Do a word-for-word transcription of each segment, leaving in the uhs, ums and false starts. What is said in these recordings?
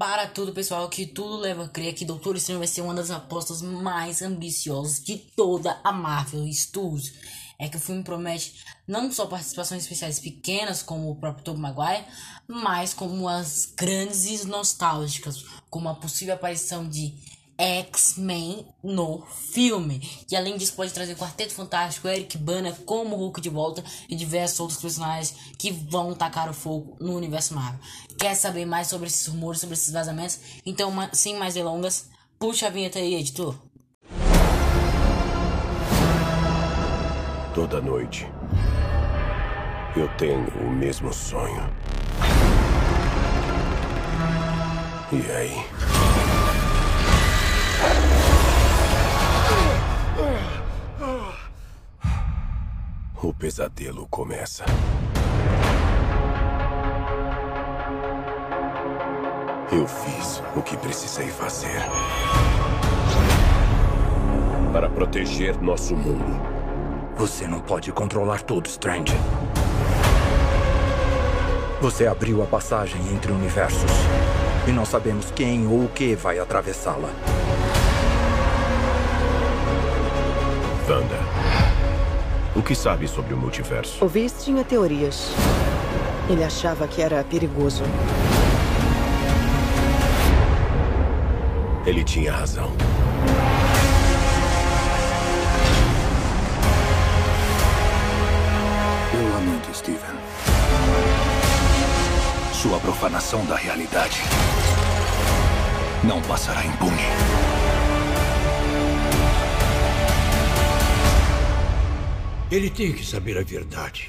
Para tudo, pessoal, que tudo leva a crer que Doutor Estranho vai ser uma das apostas mais ambiciosas de toda a Marvel Studios. É que o filme promete não só participações especiais pequenas, como o próprio Tobey Maguire, mas como as grandes e nostálgicas, como a possível aparição de X-Men no filme. E além disso pode trazer Quarteto Fantástico, Eric Bana como Hulk de volta e diversos outros personagens que vão tacar o fogo no universo Marvel. Quer saber mais sobre esses rumores, sobre esses vazamentos? Então, sem mais delongas, puxa a vinheta aí, editor. Toda noite eu tenho o mesmo sonho. E aí? O pesadelo começa. Eu fiz o que precisei fazer para proteger nosso mundo. Você não pode controlar tudo, Strange. Você abriu a passagem entre universos e não sabemos quem ou o que vai atravessá-la. Wanda, o que sabe sobre o multiverso? O Viz tinha teorias. Ele achava que era perigoso. Ele tinha razão. Eu lamento, Steven. Sua profanação da realidade não passará impune. Ele tem que saber a verdade.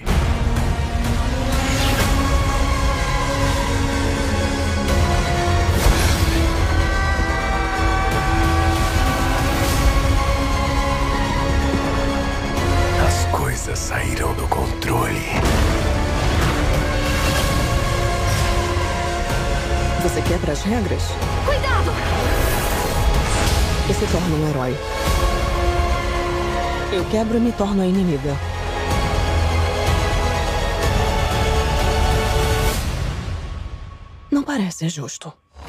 As coisas saíram do controle. Você quebra as regras? Cuidado! E se torna um herói. Eu quebro e me torno a inimiga. Não parece justo.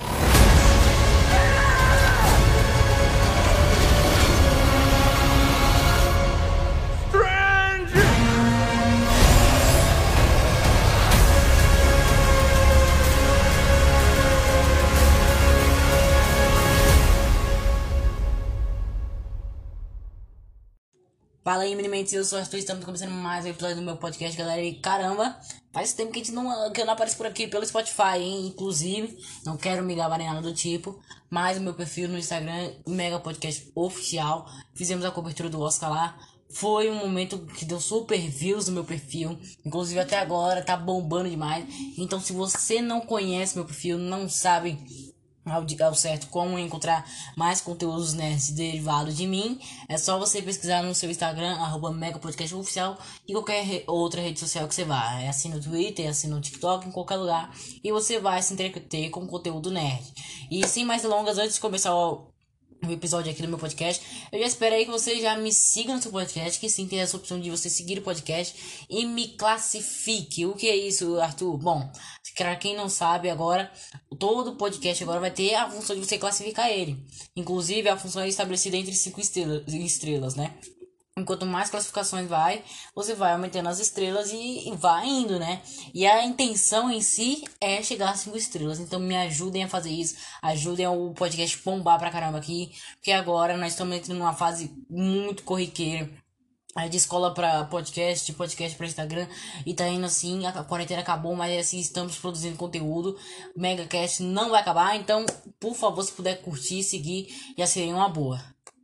Fala aí, meninos, eu sou o Arthur, estamos começando mais um episódio do meu podcast, galera. E caramba, faz tempo que a gente não, que eu não apareço por aqui pelo Spotify, hein? Inclusive, não quero me gabar nem nada do tipo, mas o meu perfil no Instagram, Mega Podcast Oficial, fizemos a cobertura do Oscar lá. Foi um momento que deu super views no meu perfil, inclusive até agora tá bombando demais. Então, se você não conhece meu perfil, não sabe Ao, ao certo como encontrar mais conteúdos nerds derivados de mim, é só você pesquisar no seu Instagram, arroba Mega Podcast Oficial, e qualquer re outra rede social que você vá. É assim no Twitter, é assim no TikTok, em qualquer lugar, e você vai se entreter com conteúdo nerd. E sem mais delongas, antes de começar o o episódio aqui do meu podcast, eu já espero aí que você já me siga no seu podcast, que sim, tem essa opção de você seguir o podcast e me classifique. O que é isso, Arthur? Bom, para quem não sabe agora, todo podcast agora vai ter a função de você classificar ele. Inclusive, a função é estabelecida entre cinco estrelas, estrelas, né? Enquanto mais classificações vai, você vai aumentando as estrelas e, e vai indo, né? E a intenção em si é chegar a cinco estrelas. Então me ajudem a fazer isso. Ajudem o podcast bombar pra caramba aqui. Porque agora nós estamos entrando numa fase muito corriqueira. De escola pra podcast, de podcast pra Instagram. E tá indo assim, a quarentena acabou, mas assim, estamos produzindo conteúdo. O MegaCast não vai acabar. Então, por favor, se puder curtir, seguir, já seria uma boa.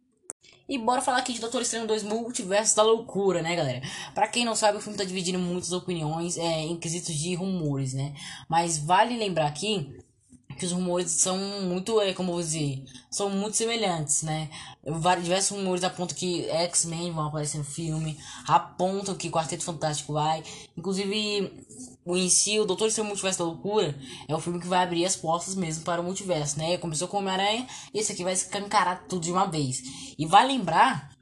E bora falar aqui de Doutor Estranho dois Multiverso da Loucura, né, galera? Pra quem não sabe, o filme tá dividindo muitas opiniões é, em quesitos de rumores, né? Mas vale lembrar aqui que os rumores são muito, é, como eu vou dizer, são muito semelhantes, né? Vários, diversos rumores apontam que X-Men vão aparecer no filme, apontam que Quarteto Fantástico vai. Inclusive, o em si, o Doutor Estranho Multiverso da Loucura é o filme que vai abrir as portas mesmo para o multiverso, né? Começou com Homem-Aranha e esse aqui vai escancarar tudo de uma vez. E vai lembrar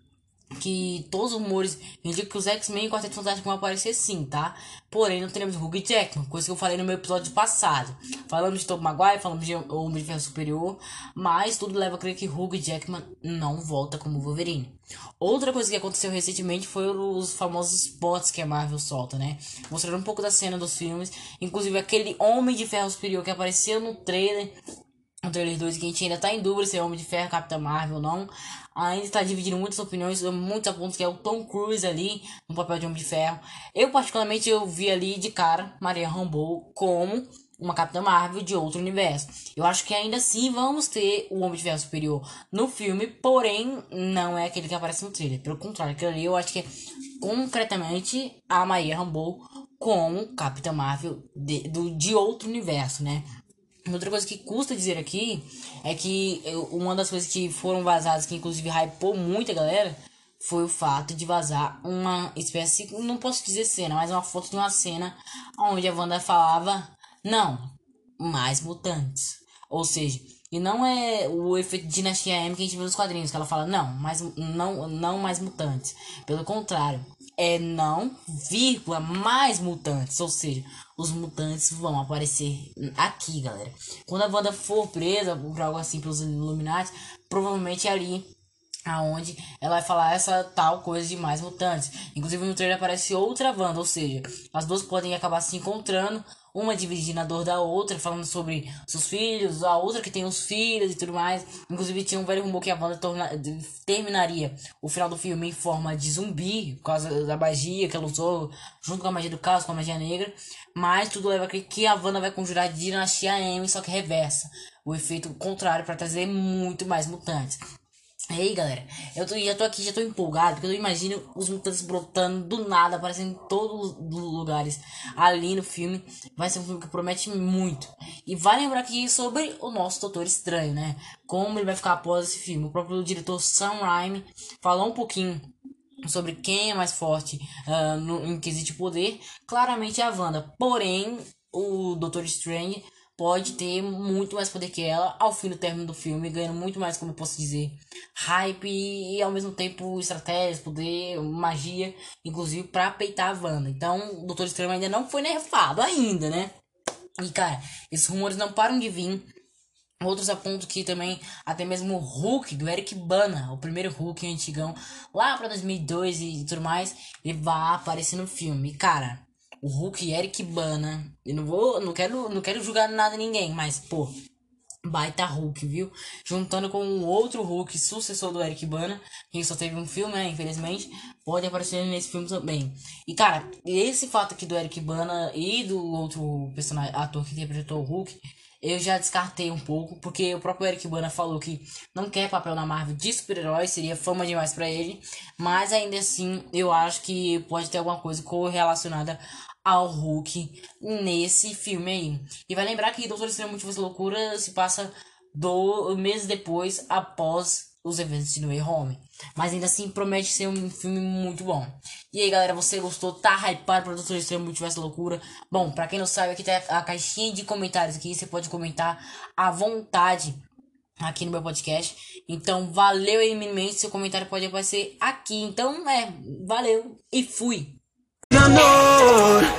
que todos os rumores indicam que os X-Men e o Quarteto Fantástico vão aparecer sim, tá? Porém, não teremos Hugh Jackman, coisa que eu falei no meu episódio passado. Falamos de Tobey Maguire, falamos de Homem de Ferro Superior, mas tudo leva a crer que Hugh Jackman não volta como Wolverine. Outra coisa que aconteceu recentemente foi os famosos spots que a Marvel solta, né? Mostrando um pouco da cena dos filmes, inclusive aquele Homem de Ferro Superior que apareceu no trailer, no trailer dois, que a gente ainda tá em dúvida se é Homem de Ferro, Capitã Marvel ou não. Ainda está dividindo muitas opiniões, muitos apontos que é o Tom Cruise ali no papel de Homem de Ferro. Eu particularmente eu vi ali de cara Maria Rambeau como uma Capitã Marvel de outro universo. Eu acho que ainda assim vamos ter o Homem de Ferro Superior no filme, porém não é aquele que aparece no trailer. Pelo contrário, aquele ali eu acho que é concretamente a Maria Rambeau como Capitã Marvel de, do, de outro universo, né? Outra coisa que custa dizer aqui é que eu, uma das coisas que foram vazadas, que inclusive hypou muita galera, foi o fato de vazar uma espécie, não posso dizer cena, mas uma foto de uma cena onde a Wanda falava, não, mais mutantes. Ou seja, e não é o efeito de Dinastia M que a gente vê nos quadrinhos, que ela fala, não, mais, não, não mais mutantes. Pelo contrário, é não, vírgula, mais mutantes. Ou seja, os mutantes vão aparecer aqui, galera. Quando a Wanda for presa por algo assim pelos Illuminati, provavelmente é ali aonde ela vai falar essa tal coisa de mais mutantes. Inclusive no trailer aparece outra Wanda, ou seja, as duas podem acabar se encontrando, uma dividindo a dor da outra, falando sobre seus filhos, a outra que tem os filhos e tudo mais. Inclusive tinha um velho rumor que a Wanda torna, terminaria o final do filme em forma de zumbi, por causa da magia que ela usou, junto com a magia do caos, com a magia negra. Mas tudo leva a crer que a Wanda vai conjurar a Dinastia M, só que reversa o efeito contrário para trazer muito mais mutantes. E aí, galera, eu tô, já tô aqui, já tô empolgado, porque eu imagino os mutantes brotando do nada, aparecendo em todos os lugares ali no filme. Vai ser um filme que promete muito. E vai lembrar aqui sobre o nosso Doutor Estranho, né? Como ele vai ficar após esse filme. O próprio diretor Sam Raimi falou um pouquinho sobre quem é mais forte uh, no, em quesito de poder. Claramente é a Wanda, porém o Doutor Strange pode ter muito mais poder que ela ao fim do término do filme, ganhando muito mais, como eu posso dizer, hype e ao mesmo tempo estratégias, poder, magia, inclusive pra peitar a Wanda. Então o Doutor Estranho ainda não foi nerfado ainda, né? E cara, esses rumores não param de vir. Outros apontam que também até mesmo o Hulk do Eric Bana, o primeiro Hulk antigão, lá pra dois mil e dois e tudo mais, ele vai aparecer no filme. E cara, o Hulk Eric Bana, eu não vou, não quero, não quero julgar nada ninguém, mas pô, baita Hulk, viu? Juntando com o outro Hulk, sucessor do Eric Bana, que só teve um filme, né, infelizmente, pode aparecer nesse filme também. E cara, esse fato aqui do Eric Bana e do outro personagem, ator que interpretou o Hulk, eu já descartei um pouco, porque o próprio Eric Bana falou que não quer papel na Marvel de super-herói, seria fama demais pra ele, mas ainda assim eu acho que pode ter alguma coisa correlacionada ao Hulk nesse filme aí. E vai lembrar que Doutor Estranho Multiverso Loucura se passa do meses depois, após os eventos de No Way Home. Mas ainda assim promete ser um filme muito bom. E aí, galera, você gostou? Tá hypado para Doutor Estranho Multiverso Loucura? Bom, pra quem não sabe, aqui tá a caixinha de comentários aqui. Você pode comentar à vontade aqui no meu podcast. Então, valeu aí, minimamente. Seu comentário pode aparecer aqui. Então, é, valeu e fui! Amor,